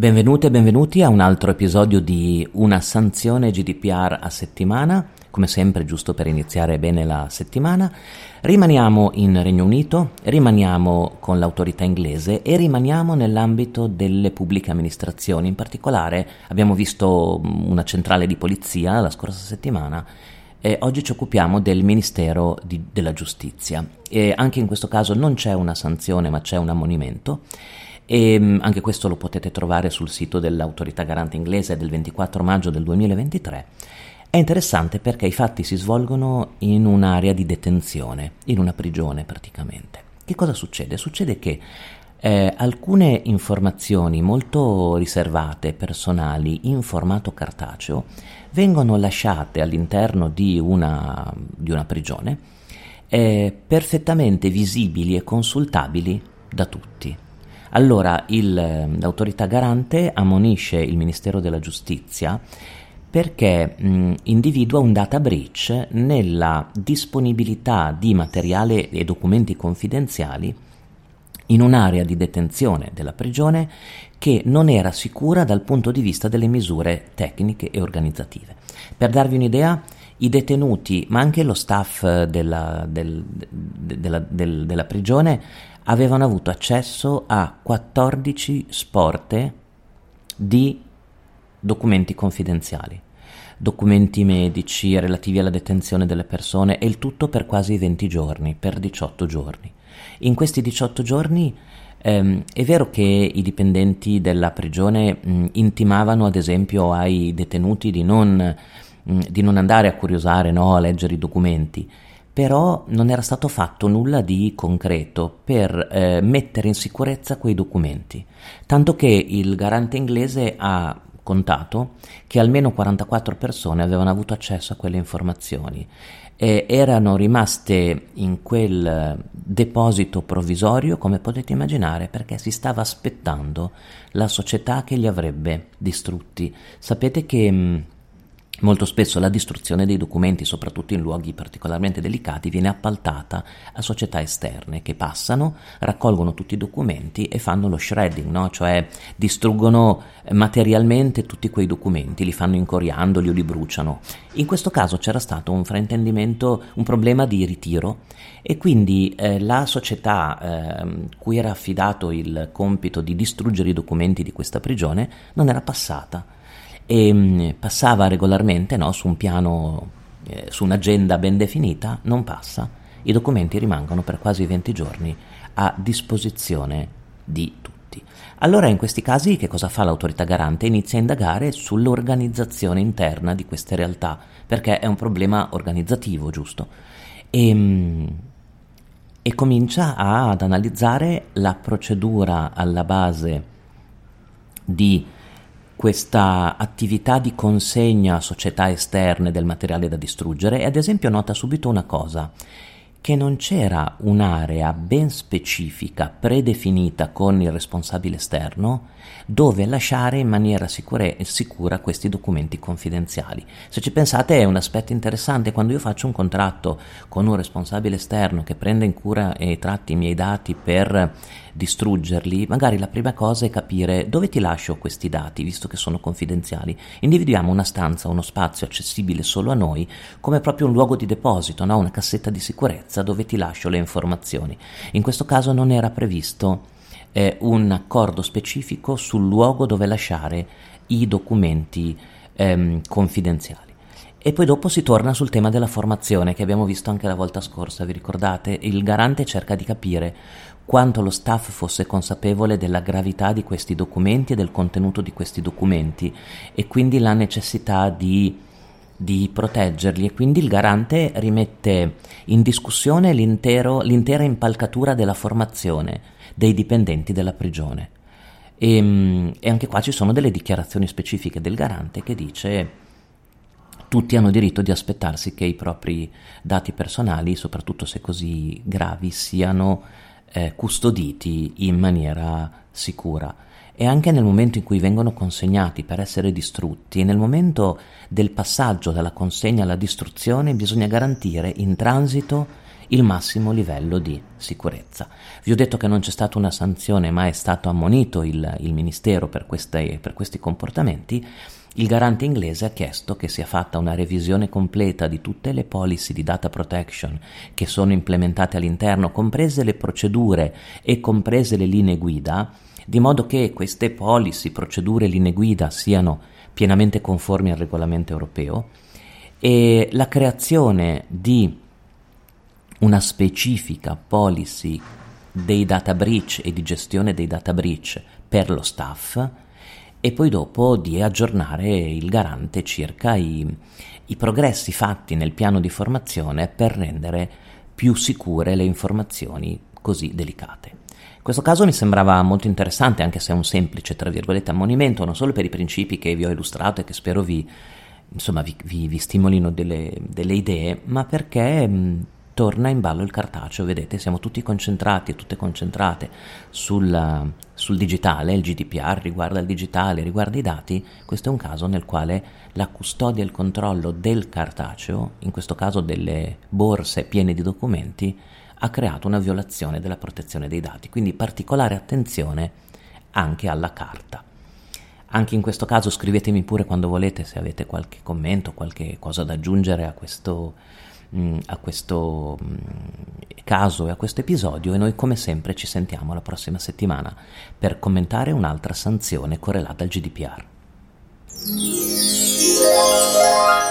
Benvenute e benvenuti a un altro episodio di Una sanzione GDPR a settimana, come sempre giusto per iniziare bene la settimana. Rimaniamo in Regno Unito, rimaniamo con l'autorità inglese e rimaniamo nell'ambito delle pubbliche amministrazioni. In particolare abbiamo visto una centrale di polizia la scorsa settimana e oggi ci occupiamo del Ministero della Giustizia. E anche in questo caso non c'è una sanzione ma c'è un ammonimento. E anche questo lo potete trovare sul sito dell'autorità garante inglese del 24 maggio del 2023. È interessante perché i fatti si svolgono in un'area di detenzione, in una prigione praticamente. Che cosa succede? Succede che alcune informazioni molto riservate, personali, in formato cartaceo, vengono lasciate all'interno di una prigione, perfettamente visibili e consultabili da tutti. Allora l'autorità garante ammonisce il Ministero della Giustizia perché individua un data breach nella disponibilità di materiale e documenti confidenziali in un'area di detenzione della prigione che non era sicura dal punto di vista delle misure tecniche e organizzative. Per darvi un'idea, i detenuti, ma anche lo staff della prigione, avevano avuto accesso a 14 sporte di documenti confidenziali, documenti medici relativi alla detenzione delle persone, e il tutto per quasi 20 giorni, per 18 giorni. In questi 18 giorni è vero che i dipendenti della prigione intimavano ad esempio ai detenuti di non andare a curiosare, a leggere i documenti, però non era stato fatto nulla di concreto per mettere in sicurezza quei documenti, tanto che il garante inglese ha contato che almeno 44 persone avevano avuto accesso a quelle informazioni e erano rimaste in quel deposito provvisorio, come potete immaginare, perché si stava aspettando la società che li avrebbe distrutti. Sapete che molto spesso la distruzione dei documenti, soprattutto in luoghi particolarmente delicati, viene appaltata a società esterne che passano, raccolgono tutti i documenti e fanno lo shredding, cioè distruggono materialmente tutti quei documenti, li fanno incoriandoli o li bruciano. In questo caso c'era stato un fraintendimento, un problema di ritiro, e quindi la società cui era affidato il compito di distruggere i documenti di questa prigione non era passata. E passava regolarmente su un piano, su un'agenda ben definita, non passa, i documenti rimangono per quasi 20 giorni a disposizione di tutti. Allora in questi casi che cosa fa l'autorità garante? Inizia a indagare sull'organizzazione interna di queste realtà, perché è un problema organizzativo, giusto? E comincia ad analizzare la procedura alla base di questa attività di consegna a società esterne del materiale da distruggere, e ad esempio nota subito una cosa, che non c'era un'area ben specifica, predefinita con il responsabile esterno, dove lasciare in maniera sicura questi documenti confidenziali. Se ci pensate è un aspetto interessante. Quando io faccio un contratto con un responsabile esterno che prende in cura e tratti i miei dati per distruggerli, magari la prima cosa è capire dove ti lascio questi dati, visto che sono confidenziali. Individuiamo una stanza, uno spazio accessibile solo a noi, come proprio un luogo di deposito, una cassetta di sicurezza dove ti lascio le informazioni. In questo caso non era previsto un accordo specifico sul luogo dove lasciare i documenti confidenziali. E poi dopo si torna sul tema della formazione, che abbiamo visto anche la volta scorsa, vi ricordate? Il garante cerca di capire quanto lo staff fosse consapevole della gravità di questi documenti e del contenuto di questi documenti, e quindi la necessità di proteggerli, e quindi il garante rimette in discussione l'intera impalcatura della formazione dei dipendenti della prigione. E anche qua ci sono delle dichiarazioni specifiche del garante che dice: tutti hanno diritto di aspettarsi che i propri dati personali, soprattutto se così gravi, siano custoditi in maniera sicura. E anche nel momento in cui vengono consegnati per essere distrutti, nel momento del passaggio dalla consegna alla distruzione, bisogna garantire in transito il massimo livello di sicurezza. Vi ho detto che non c'è stata una sanzione, ma è stato ammonito il Ministero per questi comportamenti. Il garante inglese ha chiesto che sia fatta una revisione completa di tutte le policy di data protection che sono implementate all'interno, comprese le procedure e comprese le linee guida, di modo che queste policy, procedure e linee guida siano pienamente conformi al regolamento europeo, e la creazione di una specifica policy dei data breach e di gestione dei data breach per lo staff, e poi dopo di aggiornare il garante circa i progressi fatti nel piano di formazione per rendere più sicure le informazioni così delicate. In questo caso mi sembrava molto interessante, anche se è un semplice, tra virgolette, ammonimento, non solo per i principi che vi ho illustrato e che spero vi stimolino delle idee, ma perché torna in ballo il cartaceo. Vedete, siamo tutti concentrati e tutte concentrate sul digitale. Il GDPR riguarda il digitale, riguarda i dati. Questo è un caso nel quale la custodia e il controllo del cartaceo, in questo caso delle borse piene di documenti, ha creato una violazione della protezione dei dati, quindi particolare attenzione anche alla carta. Anche in questo caso scrivetemi pure quando volete se avete qualche commento, qualche cosa da aggiungere a questo caso e a questo episodio, e noi come sempre ci sentiamo la prossima settimana per commentare un'altra sanzione correlata al GDPR.